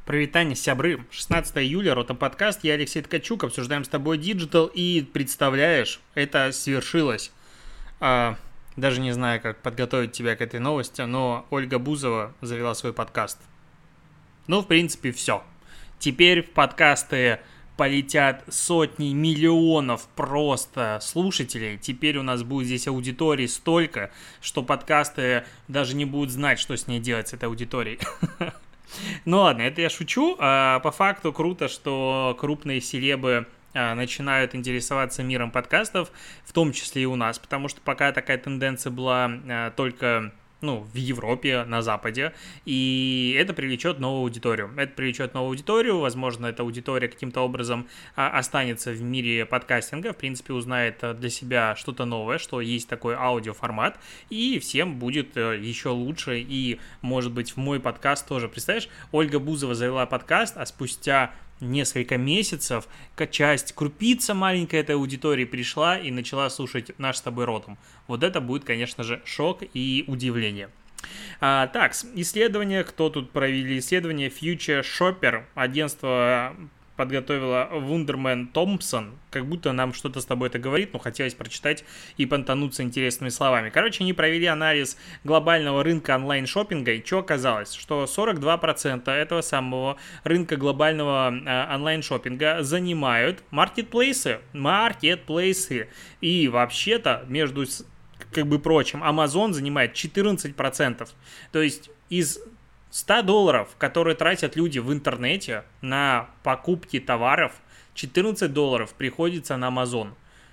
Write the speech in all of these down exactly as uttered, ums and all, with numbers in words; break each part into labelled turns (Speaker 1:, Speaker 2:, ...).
Speaker 1: Привитание, сябры. шестнадцатого июля, Ротом подкаст, я Алексей Ткачук, обсуждаем с тобой диджитал, и представляешь, это свершилось. А, даже не знаю, как подготовить тебя к этой новости, но Ольга Бузова завела свой подкаст. Ну, в принципе, все. Теперь в подкасты полетят сотни миллионов просто слушателей. Теперь у нас будет здесь аудитории столько, что подкасты даже не будут знать, что с ней делать, с этой аудиторией. Ну ладно, это я шучу. А по факту круто, что крупные селебы а, начинают интересоваться миром подкастов, в том числе и у нас, потому что пока такая тенденция была а, только... ну, в Европе, на Западе, и это привлечет новую аудиторию. Это привлечет новую аудиторию, возможно, эта аудитория каким-то образом а, останется в мире подкастинга, в принципе, узнает для себя что-то новое, что есть такой аудиоформат, и всем будет еще лучше, и, может быть, в мой подкаст тоже. Представляешь, Ольга Бузова завела подкаст, а спустя несколько месяцев часть, крупица маленькая этой аудитории пришла и начала слушать наш с тобой Ротом. Вот это будет, конечно же, шок и удивление. А, так, исследование, кто тут провели исследование? Future Shopper, агентство подготовила Вундермен Томпсон, как будто нам что-то с тобой это говорит, но хотелось прочитать и понтануться интересными словами. Короче, они провели анализ глобального рынка онлайн-шоппинга, и что оказалось? Что сорок два процента этого самого рынка глобального э, онлайн-шоппинга занимают маркетплейсы, маркетплейсы. И вообще-то, между, как бы прочим, Amazon занимает четырнадцать процентов. То есть из сто долларов, которые тратят люди в интернете на покупки товаров, четырнадцать долларов приходится на Amazon.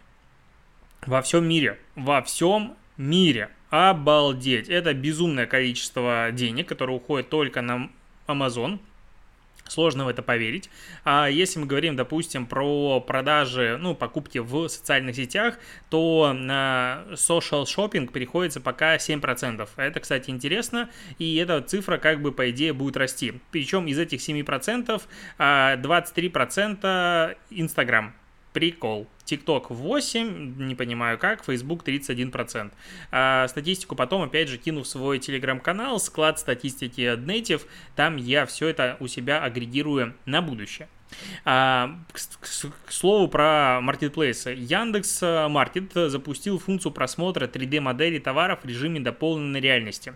Speaker 1: Во всем мире. Во всем мире. Обалдеть. Это безумное количество денег, которое уходит только на Amazon. Сложно в это поверить. А если мы говорим, допустим, про продажи, ну, покупки в социальных сетях, то на social shopping приходится пока семь процентов. Это, кстати, интересно, и эта цифра, как бы, по идее, будет расти. Причем из этих семи процентов двадцать три процента Instagram. Прикол. TikTok восемь, не понимаю как, Facebook тридцать один процент. А статистику потом, опять же, кину в свой телеграм-канал, склад статистики Native, там я все это у себя агрегирую на будущее. А, к, к, к слову про маркетплейсы. Яндекс.Маркет запустил функцию просмотра три дэ моделей товаров в режиме дополненной реальности.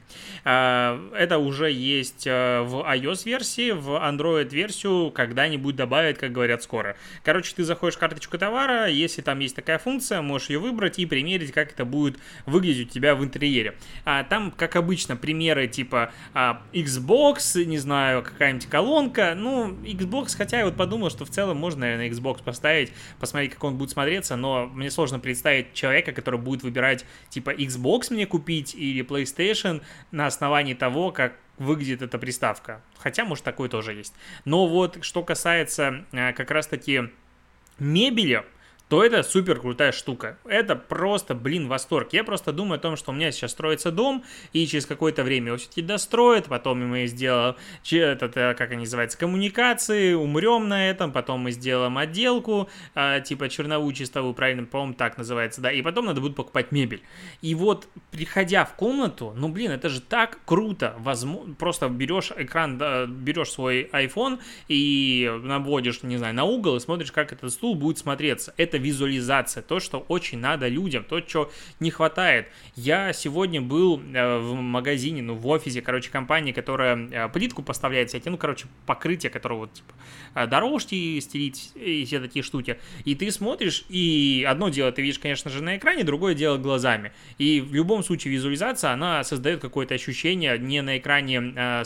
Speaker 1: А, это уже есть в iOS-версии, в Android-версию когда-нибудь добавят, как говорят, скоро. Короче, ты заходишь в карточку товара, если там есть такая функция, можешь ее выбрать и примерить, как это будет выглядеть у тебя в интерьере. А, там, как обычно, примеры типа а, Xbox, не знаю, какая-нибудь колонка. Ну, Xbox, хотя я вот подумал, что в целом можно, наверное, Xbox поставить, посмотреть, как он будет смотреться, но мне сложно представить человека, который будет выбирать, типа, Xbox мне купить или PlayStation на основании того, как выглядит эта приставка. Хотя, может, такое тоже есть. Но вот, что касается как раз-таки мебели, то это супер крутая штука. Это просто, блин, восторг. Я просто думаю о том, что у меня сейчас строится дом, и через какое-то время его все-таки достроят, потом мы сделаем, этот, как они называются, коммуникации, умрем на этом, потом мы сделаем отделку, типа черновую, чистовую, правильно, по-моему, так называется, да, и потом надо будет покупать мебель. И вот, приходя в комнату, ну, блин, это же так круто. Возможно, просто берешь экран, берешь свой iPhone и наводишь, не знаю, на угол и смотришь, как этот стул будет смотреться. Это визуализация, то, что очень надо людям, то, что не хватает. Я сегодня был в магазине, ну, в офисе, короче, компании, которая плитку поставляет всякие, ну, короче, покрытие, которое вот, типа, дорожки стелить и все такие штуки. И ты смотришь, и одно дело ты видишь, конечно же, на экране, другое дело глазами. И в любом случае визуализация, она создает какое-то ощущение не на экране а,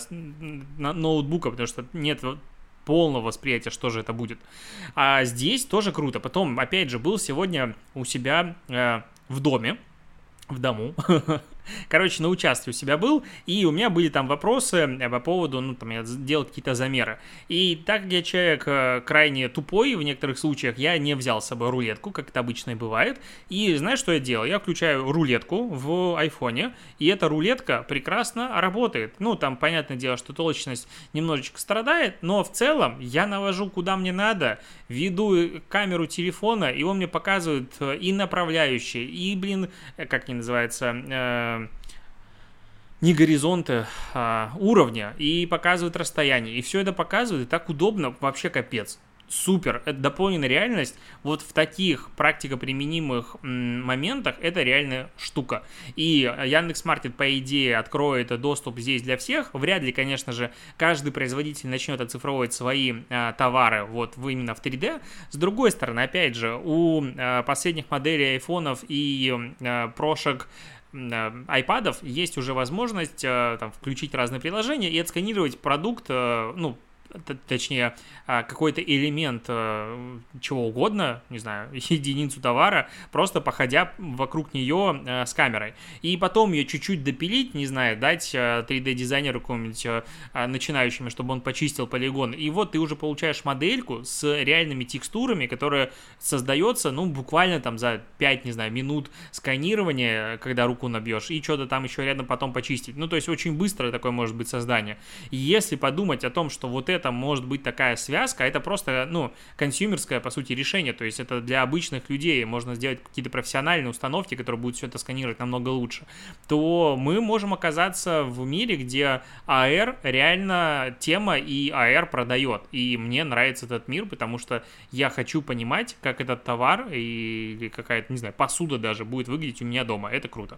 Speaker 1: на ноутбука, потому что нет полного восприятия, что же это будет. А здесь тоже круто. Потом, опять же, был сегодня у себя э, в доме, в дому, короче, на участке у себя был, и у меня были там вопросы по поводу, ну, там, я делал какие-то замеры. И так как я человек крайне тупой, в некоторых случаях я не взял с собой рулетку, как это обычно и бывает. И знаешь, что я делал? Я включаю рулетку в айфоне, и эта рулетка прекрасно работает. Ну, там, понятное дело, что точность немножечко страдает, но в целом я навожу куда мне надо, веду камеру телефона, и он мне показывает и направляющие, и, блин, как они называются, ни горизонта а, уровня, и показывает расстояние. И все это показывает, и так удобно, вообще капец. Супер, это дополненная реальность, вот в таких практикоприменимых моментах это реальная штука. И Яндекс.Маркет, по идее, откроет доступ здесь для всех. Вряд ли, конечно же, каждый производитель начнет оцифровывать свои а, товары вот в, именно в три дэ. С другой стороны, опять же, у а, последних моделей айфонов и а, прошек айпадов есть уже возможность а, там, включить разные приложения и отсканировать продукт, а, ну, точнее, какой-то элемент чего угодно, не знаю, единицу товара, просто походя вокруг нее с камерой. И потом ее чуть-чуть допилить, не знаю, дать три дэ-дизайнеру какому-нибудь начинающему, чтобы он почистил полигон. И вот ты уже получаешь модельку с реальными текстурами, которая создается, ну, буквально там за пять, не знаю, минут сканирования, когда руку набьешь, и что-то там еще рядом потом почистить. Ну, то есть очень быстро такое может быть создание. И если подумать о том, что вот это может быть такая связка, это просто, ну, консюмерское, по сути, решение, то есть это для обычных людей, можно сделать какие-то профессиональные установки, которые будут все это сканировать намного лучше, то мы можем оказаться в мире, где эй ар реально тема, и эй ар продает, и мне нравится этот мир, потому что я хочу понимать, как этот товар или какая-то, не знаю, посуда даже будет выглядеть у меня дома, это круто.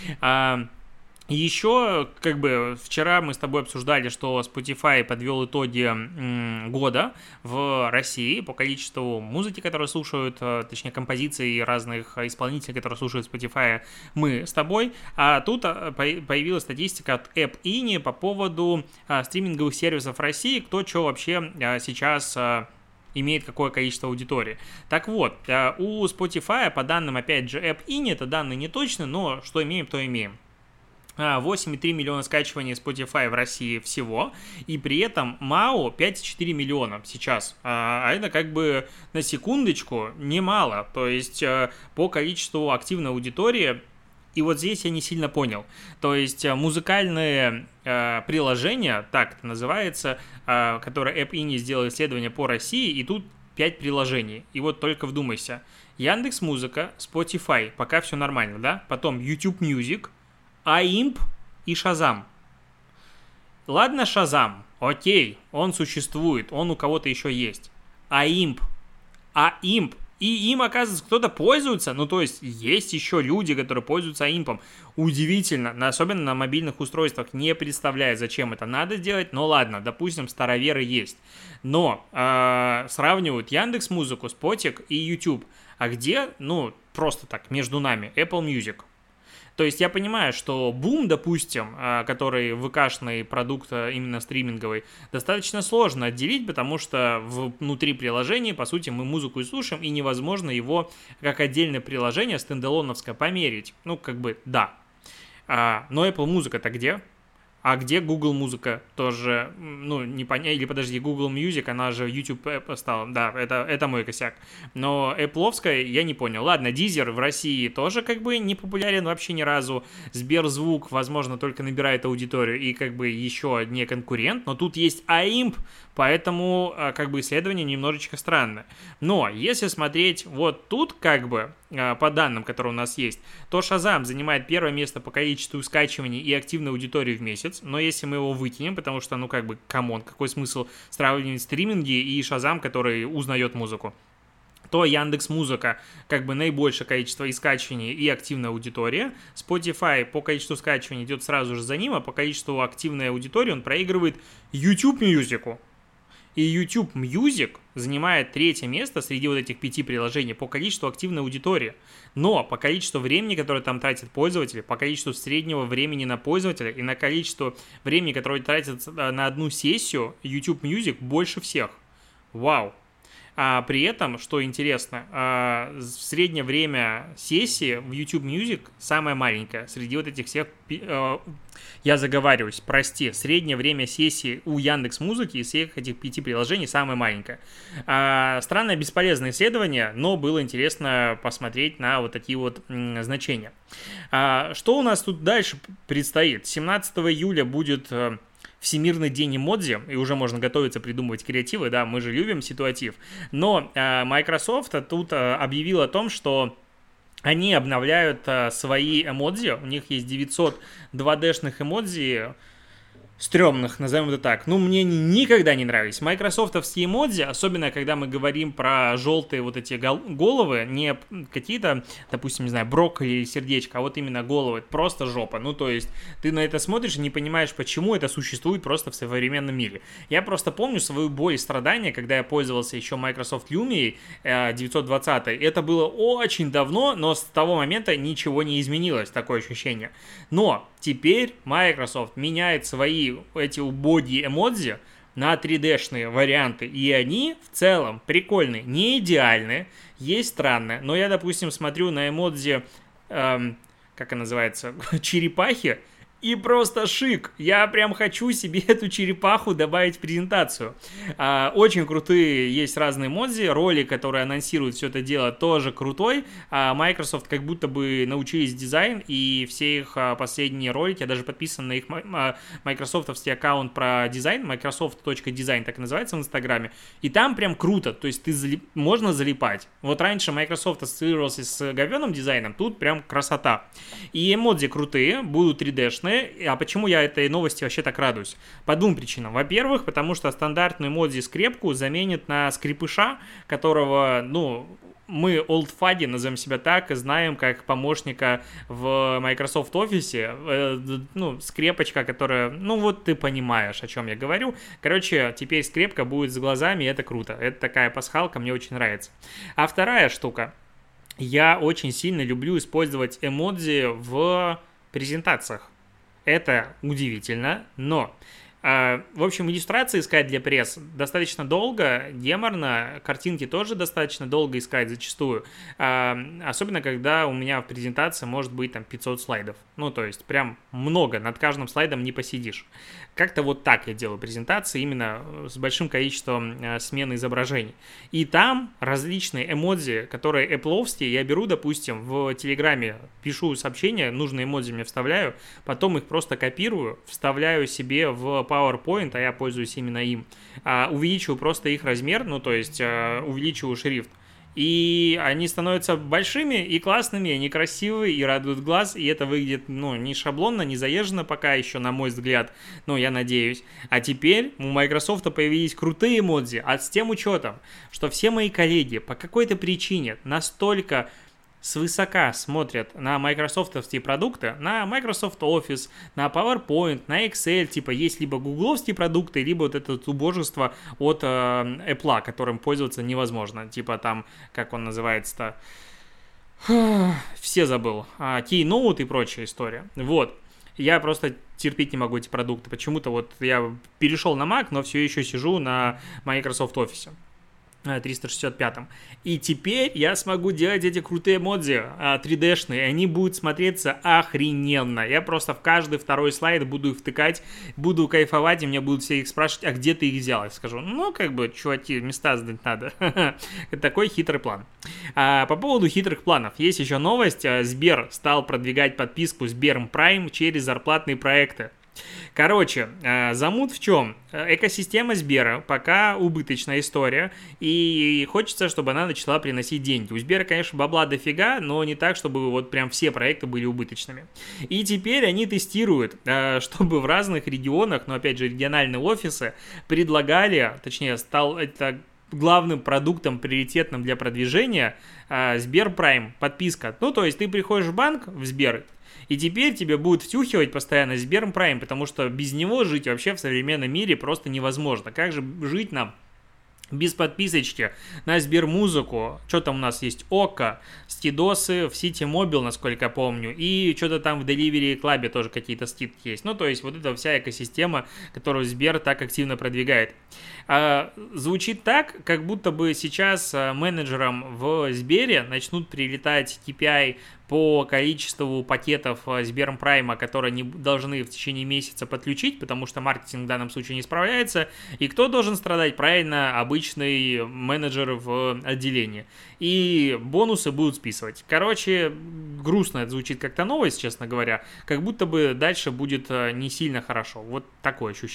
Speaker 1: Еще, как бы, вчера мы с тобой обсуждали, что Spotify подвел итоги м, года в России по количеству музыки, которые слушают, точнее, композиций разных исполнителей, которые слушают Spotify, мы с тобой. А тут появилась статистика от App Inc. по поводу а, стриминговых сервисов России, кто что вообще а, сейчас... А, имеет какое количество аудитории. Так вот, у Spotify, по данным, опять же, App Inc., это данные не точны, но что имеем, то имеем. восемь и три миллиона скачиваний Spotify в России всего, и при этом МАУ пять и четыре миллиона сейчас. А это как бы на секундочку немало, то есть по количеству активной аудитории. И вот здесь я не сильно понял. То есть музыкальные э, приложения, так это называется, э, которые App Inc. сделал исследование по России, и тут пять приложений. И вот только вдумайся. Яндекс.Музыка, Spotify, пока все нормально, да? Потом YouTube Music, аимп и Shazam. Ладно, Shazam, окей, он существует, он у кого-то еще есть. аимп, аимп, и им, оказывается, кто-то пользуется, ну, то есть, есть еще люди, которые пользуются аимпом. Удивительно, особенно на мобильных устройствах, не представляю, зачем это надо делать, но ладно, допустим, староверы есть. Но э, сравнивают Яндекс.Музыку, Spotify и YouTube. А где, ну, просто так, между нами, Apple Music. То есть я понимаю, что бум, допустим, который ВКшный продукт именно стриминговый, достаточно сложно отделить, потому что внутри приложения, по сути, мы музыку и слушаем, и невозможно его как отдельное приложение стендалоновское померить. Ну, как бы, да. Но Apple Музыка-то где? А где Google Музыка? Тоже, ну, не понятно. Или, подожди, Google Music, она же YouTube стала. Да, это, это мой косяк. Но Apple'овская я не понял. Ладно, Deezer в России тоже как бы не популярен вообще ни разу. Сберзвук, возможно, только набирает аудиторию и как бы еще не конкурент. Но тут есть аимп, поэтому как бы исследование немножечко странное. Но если смотреть вот тут как бы по данным, которые у нас есть, то Shazam занимает первое место по количеству скачиваний и активной аудитории в месяц, но если мы его выкинем, потому что, ну, как бы, камон, какой смысл сравнивать стриминги и Shazam, который узнает музыку, то Яндекс.Музыка как бы наибольшее количество и скачиваний, и активная аудитория. Spotify по количеству скачиваний идет сразу же за ним, а по количеству активной аудитории он проигрывает YouTube Music'у. И YouTube Music занимает третье место среди вот этих пяти приложений по количеству активной аудитории. Но по количеству времени, которое там тратят пользователи, по количеству среднего времени на пользователя и на количество времени, которое тратится на одну сессию, YouTube Music больше всех. Вау! А при этом, что интересно, а, среднее время сессии в YouTube Music самое маленькое. Среди вот этих всех, а, я заговариваюсь, прости, среднее время сессии у Яндекс.Музыки из всех этих пяти приложений самое маленькое. А, странное, бесполезное исследование, но было интересно посмотреть на вот такие вот м, значения. А, что у нас тут дальше предстоит? семнадцатого июля будет... Всемирный день эмодзи, и уже можно готовиться придумывать креативы, да, мы же любим ситуатив. Но э, Microsoft тут э, объявил о том, что они обновляют а, свои эмодзи, у них есть девятьсот два дэ-шных эмодзи, стрёмных, назовем это так. Ну, мне они никогда не нравились. Майкрософтовские эмодзи, особенно когда мы говорим про желтые вот эти гол- головы, не какие-то, допустим, не знаю, брокколи или сердечко, а вот именно головы, просто жопа. Ну, то есть, ты на это смотришь и не понимаешь, почему это существует просто в современном мире. Я просто помню свою боль и страдания, когда я пользовался еще Microsoft Lumia э, девятьсот двадцать. Это было очень давно, но с того момента ничего не изменилось, такое ощущение. Но теперь Microsoft меняет свои эти убогие эмодзи на три дэ-шные варианты, и они в целом прикольные, не идеальные, есть странные, но я, допустим, смотрю на эмодзи, эм, как она называется, черепахи, и просто шик. Я прям хочу себе эту черепаху добавить в презентацию. А, очень крутые есть разные эмодзи. Ролик, который анонсирует все это дело, тоже крутой. А Microsoft как будто бы научились дизайн, и все их а, последние ролики, я даже подписан на их а, майкрософтовский аккаунт про дизайн, майкрософт точка дизайн, так и называется в Инстаграме. И там прям круто. То есть ты залип... можно залипать. Вот раньше Microsoft ассоциировался с говёным дизайном, тут прям красота. И эмодзи крутые, будут три дэ-шные. А почему я этой новости вообще так радуюсь? По двум причинам. Во-первых, потому что стандартную эмодзи скрепку заменит на скрепыша, которого, ну, мы олдфаги, назовем себя так, и знаем как помощника в Microsoft Office, э, ну, скрепочка, которая, ну, вот ты понимаешь, о чем я говорю. Короче, теперь скрепка будет с глазами, и это круто. Это такая пасхалка, мне очень нравится. А вторая штука. Я очень сильно люблю использовать эмодзи в презентациях. Это удивительно, но, э, в общем, иллюстрации искать для пресс достаточно долго, геморно, картинки тоже достаточно долго искать зачастую, э, особенно когда у меня в презентации может быть там пятьсот слайдов, ну, то есть прям много, над каждым слайдом не посидишь. Как-то вот так я делаю презентации, именно с большим количеством э, смены изображений. И там различные эмодзи, которые Apple'овские, я беру, допустим, в Телеграме, пишу сообщения, нужные эмодзи мне вставляю, потом их просто копирую, вставляю себе в PowerPoint, а я пользуюсь именно им, э, увеличиваю просто их размер, ну, то есть э, увеличиваю шрифт. И они становятся большими и классными, они красивые и радуют глаз, и это выглядит, ну, не шаблонно, не заезжено пока еще, на мой взгляд, ну, я надеюсь. А теперь у Microsoft появились крутые эмодзи, а с тем учетом, что все мои коллеги по какой-то причине настолько свысока смотрят на майкрософтовские продукты, на Microsoft Office, на PowerPoint, на Excel, типа есть либо гугловские продукты, либо вот это убожество от э, Apple, которым пользоваться невозможно, типа там, как он называется-то, все забыл, Keynote и прочая история, вот. Я просто терпеть не могу эти продукты, почему-то вот я перешел на Mac, но все еще сижу на Microsoft Office триста шестьдесят пятом. И теперь я смогу делать эти крутые эмодзи три дэ-шные, и они будут смотреться охрененно. Я просто в каждый второй слайд буду их втыкать, буду кайфовать, и меня будут все их спрашивать, а где ты их взял? Я скажу, ну, как бы, чуваки, места сдать надо. Это такой хитрый план. А, по поводу хитрых планов. Есть еще новость. Сбер стал продвигать подписку Сберм Прайм через зарплатные проекты. Короче, замут в чем? Экосистема Сбера пока убыточная история, и хочется, чтобы она начала приносить деньги. У Сбера, конечно, бабла дофига, но не так, чтобы вот прям все проекты были убыточными. И теперь они тестируют, чтобы в разных регионах, но опять же региональные офисы, предлагали, точнее, стал это главным продуктом, приоритетным для продвижения, Сбер Прайм, подписка. Ну, то есть ты приходишь в банк, в Сбер, и теперь тебе будут втюхивать постоянно Сберм Прайм, потому что без него жить вообще в современном мире просто невозможно. Как же жить нам без подписочки на Сбермузыку? Что там у нас есть? Око, стидосы в Сити Мобил, насколько я помню, и что-то там в Delivery Club тоже какие-то скидки есть. Ну, то есть вот эта вся экосистема, которую Сбер так активно продвигает. А, звучит так, как будто бы сейчас менеджерам в Сбере начнут прилетать кей пи ай по количеству пакетов Сберм Прайма, которые они должны в течение месяца подключить, потому что маркетинг в данном случае не справляется. И кто должен страдать? Правильно, обычный менеджер в отделении. И бонусы будут списывать. Короче, грустно это звучит как-то новость, честно говоря. Как будто бы дальше будет не сильно хорошо. Вот такое ощущение.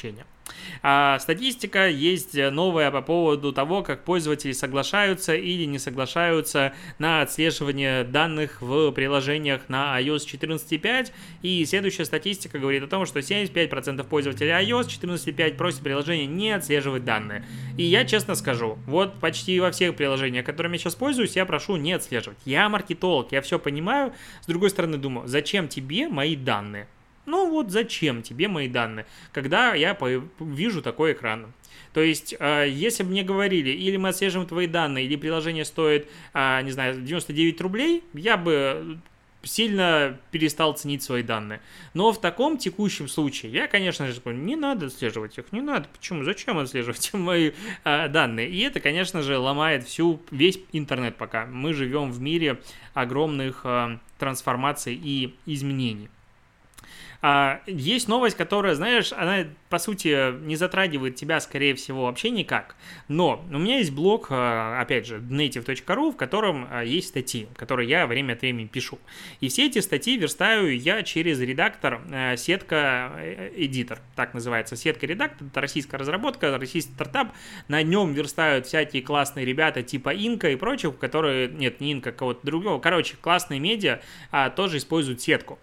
Speaker 1: А статистика есть новая по поводу того, как пользователи соглашаются или не соглашаются на отслеживание данных в приложениях на ай о эс четырнадцать пять. И следующая статистика говорит о том, что семьдесят пять процентов пользователей iOS четырнадцать пять просят приложение не отслеживать данные. И я честно скажу, вот почти во всех приложениях, которыми я сейчас пользуюсь, я прошу не отслеживать. Я маркетолог, я все понимаю. С другой стороны думаю, зачем тебе мои данные? Ну вот зачем тебе мои данные, когда я вижу такой экран? То есть, если бы мне говорили, или мы отслеживаем твои данные, или приложение стоит, не знаю, девяносто девять рублей, я бы сильно перестал ценить свои данные. Но в таком текущем случае я, конечно же, не надо отслеживать их, не надо. Почему? Зачем отслеживать мои данные? И это, конечно же, ломает всю, весь интернет пока. Мы живем в мире огромных трансформаций и изменений. Есть новость, которая, знаешь, она, по сути, не затрагивает тебя, скорее всего, вообще никак. Но у меня есть блог, опять же, native точка ру, в котором есть статьи, которые я время от времени пишу. И все эти статьи верстаю я через редактор Сетка Эдитор, так называется. Сетка Редактор, это российская разработка, российский стартап. На нем верстают всякие классные ребята типа Инка и прочих, которые, нет, не Инка, кого-то другого. Короче, классные медиа а, тоже используют сетку.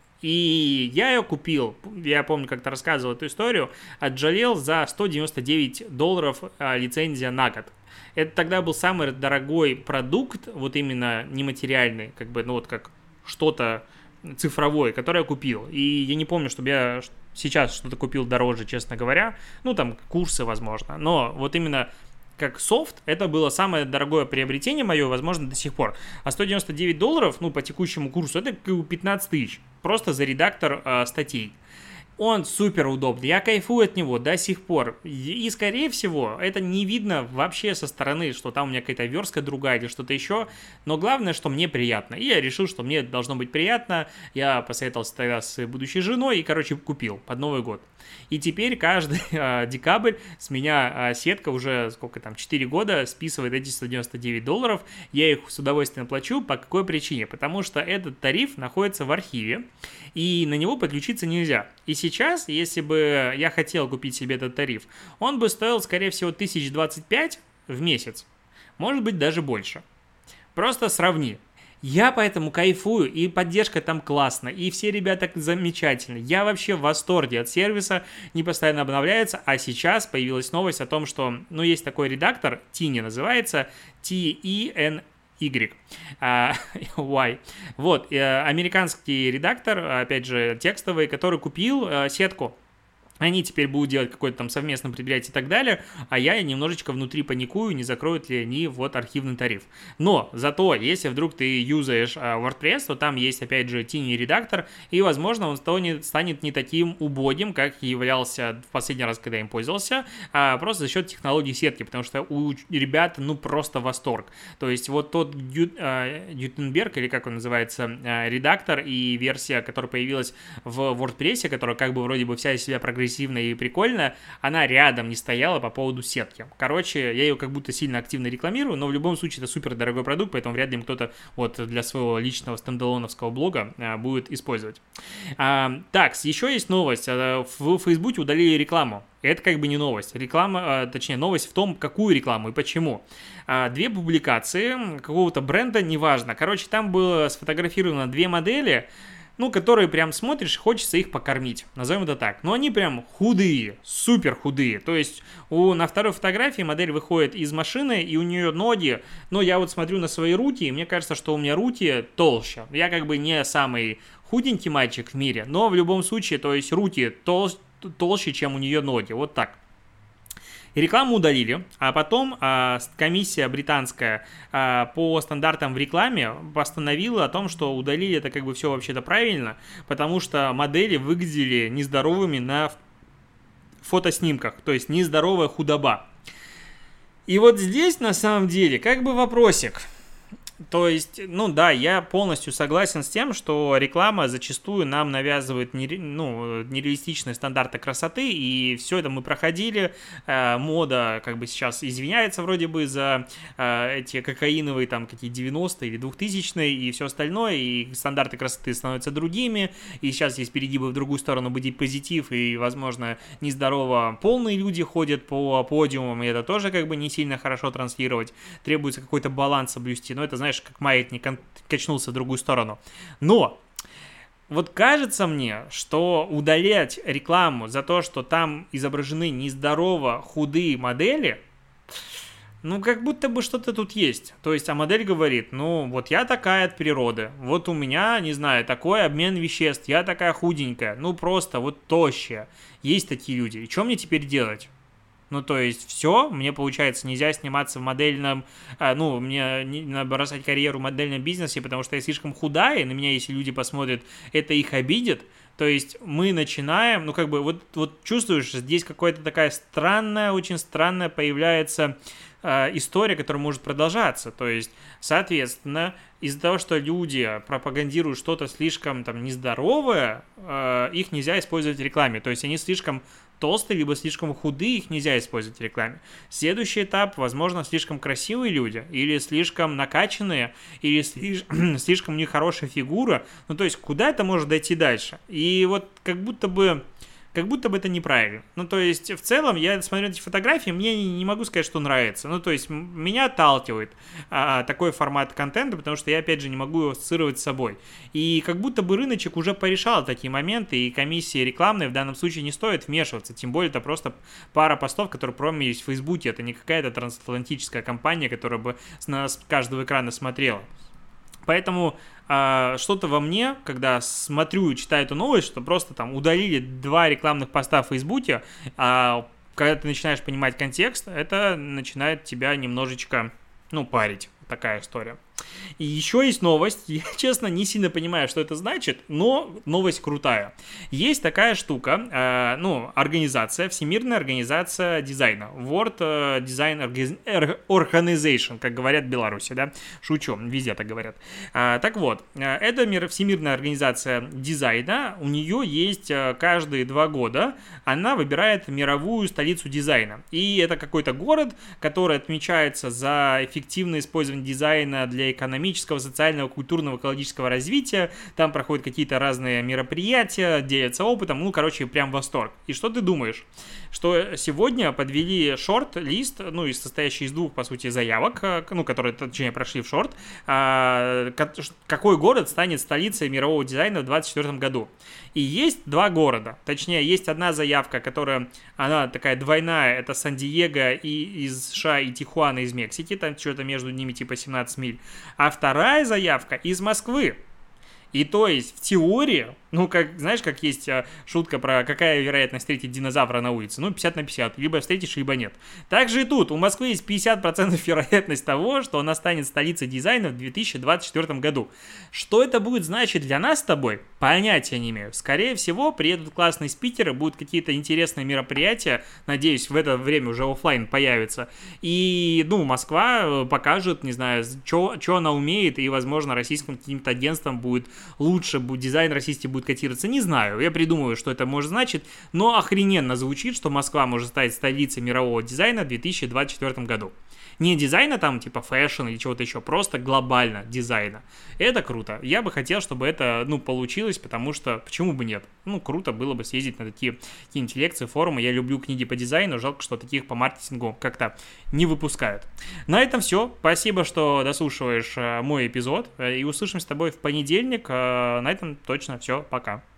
Speaker 1: И я ее купил, я помню, как-то рассказывал эту историю, отжалел за сто девяносто девять долларов а, лицензия на год. Это тогда был самый дорогой продукт, вот именно нематериальный, как бы, ну вот как что-то цифровое, которое я купил. И я не помню, чтобы я сейчас что-то купил дороже, честно говоря. Ну, там, курсы, возможно. Но вот именно как софт, это было самое дорогое приобретение мое, возможно, до сих пор. А сто девяносто девять долларов, ну, по текущему курсу, это пятнадцать тысяч. Просто за редактор э, статей. Он супер удобный, я кайфую от него до сих пор. И, скорее всего, это не видно вообще со стороны, что там у меня какая-то верстка другая или что-то еще. Но главное, что мне приятно. И я решил, что мне должно быть приятно. Я посоветовался тогда с будущей женой и, короче, купил под Новый год. И теперь каждый э, декабрь с меня э, сетка уже, сколько там, четыре года списывает эти сто девяносто девять долларов. Я их с удовольствием плачу. По какой причине? Потому что этот тариф находится в архиве, и на него подключиться нельзя. И сейчас, если бы я хотел купить себе этот тариф, он бы стоил, скорее всего, тысяча двадцать пять в месяц. Может быть, даже больше. Просто сравни. Я поэтому кайфую, и поддержка там классная, и все ребята замечательные. Я вообще в восторге от сервиса, не постоянно обновляется, а сейчас появилась новость о том, что, ну, есть такой редактор, Tiny называется, ти и эн Y. Uh, y. Вот, uh, американский редактор, опять же, текстовый, который купил uh, сетку. Они теперь будут делать какое-то там совместное предприятие и так далее, а я немножечко внутри паникую, не закроют ли они вот архивный тариф. Но зато, если вдруг ты юзаешь WordPress, то там есть, опять же, Tiny редактор, и, возможно, он станет не таким убогим, как являлся в последний раз, когда им пользовался, а просто за счет технологии сетки, потому что у ребят, ну, просто восторг. То есть вот тот Гютенберг, или как он называется, редактор и версия, которая появилась в WordPress, которая как бы вроде бы вся из себя прогрессивная, и прикольно, она рядом не стояла по поводу сетки. Короче, я ее как будто сильно активно рекламирую, но в любом случае это супер дорогой продукт, поэтому вряд ли кто-то вот для своего личного стендалоновского блога а, будет использовать. А, так, еще есть новость. В Фейсбуке удалили рекламу. Это как бы не новость. Реклама, а, точнее, новость в том, какую рекламу и почему. А, две публикации какого-то бренда, неважно. Короче, там было сфотографировано две модели, ну, которые прям смотришь, хочется их покормить, назовем это так. Но они прям худые, супер худые. То есть у, на второй фотографии модель выходит из машины, и у нее ноги, но я вот смотрю на свои руки, и мне кажется, что у меня руки толще. Я как бы не самый худенький мальчик в мире, но в любом случае, то есть руки тол- толще, чем у нее ноги, вот так. И рекламу удалили, а потом а, комиссия британская а, по стандартам в рекламе постановила о том, что удалили это как бы все вообще-то правильно, потому что модели выглядели нездоровыми на фотоснимках, то есть нездоровая худоба. И вот здесь на самом деле как бы вопросик. То есть, ну да, я полностью согласен с тем, что реклама зачастую нам навязывает нере, ну, нереалистичные стандарты красоты, и все это мы проходили. Э, мода как бы сейчас извиняется вроде бы за э, эти кокаиновые там какие девяностые или двухтысячные и все остальное, и стандарты красоты становятся другими, и сейчас есть перегибы в другую сторону, будет позитив, и, возможно, нездорово полные люди ходят по подиумам, и это тоже как бы не сильно хорошо транслировать, требуется какой-то баланс соблюсти, но это, знаешь, как маятник качнулся в другую сторону. Но вот кажется мне, что удалять рекламу за то, что там изображены нездорово худые модели, ну, как будто бы что-то тут есть. То есть, а модель говорит, ну, вот я такая от природы, вот у меня, не знаю, такой обмен веществ, я такая худенькая, ну, просто вот тощая. Есть такие люди. И что мне теперь делать? Ну, то есть, все, мне, получается, нельзя сниматься в модельном, а, ну, мне не надо бросать карьеру в модельном бизнесе, потому что я слишком худая, и на меня, если люди посмотрят, это их обидит. То есть, мы начинаем, ну, как бы, вот, вот чувствуешь, здесь какая-то такая странная, очень странная появляется э, история, которая может продолжаться. То есть, соответственно, из-за того, что люди пропагандируют что-то слишком, там, нездоровое, э, их нельзя использовать в рекламе. То есть, они слишком толстые, либо слишком худые, их нельзя использовать в рекламе. Следующий этап, возможно, слишком красивые люди, или слишком накачанные, или слиш... слишком у них хорошая фигура. Ну, то есть, куда это может дойти дальше? И вот как будто бы... Как будто бы это неправильно. Ну, то есть, в целом, я смотрю эти фотографии, мне не, не могу сказать, что нравится. Ну, то есть, меня отталкивает а, такой формат контента, потому что я, опять же, не могу его ассоциировать с собой. И как будто бы рыночек уже порешал такие моменты, и комиссии рекламные в данном случае не стоит вмешиваться. Тем более, это просто пара постов, которые промились в Фейсбуке. Это не какая-то трансатлантическая компания, которая бы с нас с каждого экрана смотрела. Поэтому э, что-то во мне, когда смотрю и читаю эту новость, что просто там удалили два рекламных поста в Фейсбуке, а когда ты начинаешь понимать контекст, это начинает тебя немножечко, ну, парить. Такая история. И еще есть новость, я, честно, не сильно понимаю, что это значит, но новость крутая. Есть такая штука, э, ну, организация, Всемирная организация дизайна, World Design Organization, как говорят в Беларуси, да, шучу, везде так говорят. Э, так вот, это мир, Всемирная организация дизайна, у нее есть каждые два года, она выбирает мировую столицу дизайна, и это какой-то город, который отмечается за эффективное использование дизайна для экономического, социального, культурного, экологического развития. Там проходят какие-то разные мероприятия, делятся опытом. Ну, короче, прям восторг. И что ты думаешь? Что сегодня подвели шорт-лист, ну, из состоящий из двух, по сути, заявок, ну, которые, точнее, прошли в шорт. Какой город станет столицей мирового дизайна в двадцать четвёртом году? И есть два города. Точнее, есть одна заявка, которая, она такая двойная. Это Сан-Диего и из США и Тихуана из Мексики. Там что-то между ними типа семнадцать миль. А вторая заявка из Москвы. И то есть в теории, ну, как, знаешь, как есть а, шутка про какая вероятность встретить динозавра на улице? Ну, пятьдесят на пятьдесят, либо встретишь, либо нет. Так же и тут, у Москвы есть пятьдесят процентов вероятность того, что она станет столицей дизайна в две тысячи двадцать четвёртом году. Что это будет значить для нас с тобой? Понятия не имею. Скорее всего, приедут классные спикеры, будут какие-то интересные мероприятия, надеюсь, в это время уже офлайн появится. И, ну, Москва покажет, не знаю, что она умеет, и, возможно, российским каким-то агентством будет лучше, будет дизайн российский будет котироваться, не знаю, я придумываю, что это может значить, но охрененно звучит, что Москва может стать столицей мирового дизайна в две тысячи двадцать четвёртом году. Не дизайна там, типа фэшн или чего-то еще, просто глобально дизайна. Это круто. Я бы хотел, чтобы это, ну, получилось, потому что, почему бы нет? Ну, круто было бы съездить на такие какие-нибудь лекции, форумы. Я люблю книги по дизайну, жалко, что таких по маркетингу как-то не выпускают. На этом все. Спасибо, что дослушиваешь мой эпизод, и услышимся с тобой в понедельник. На этом точно все. Пока.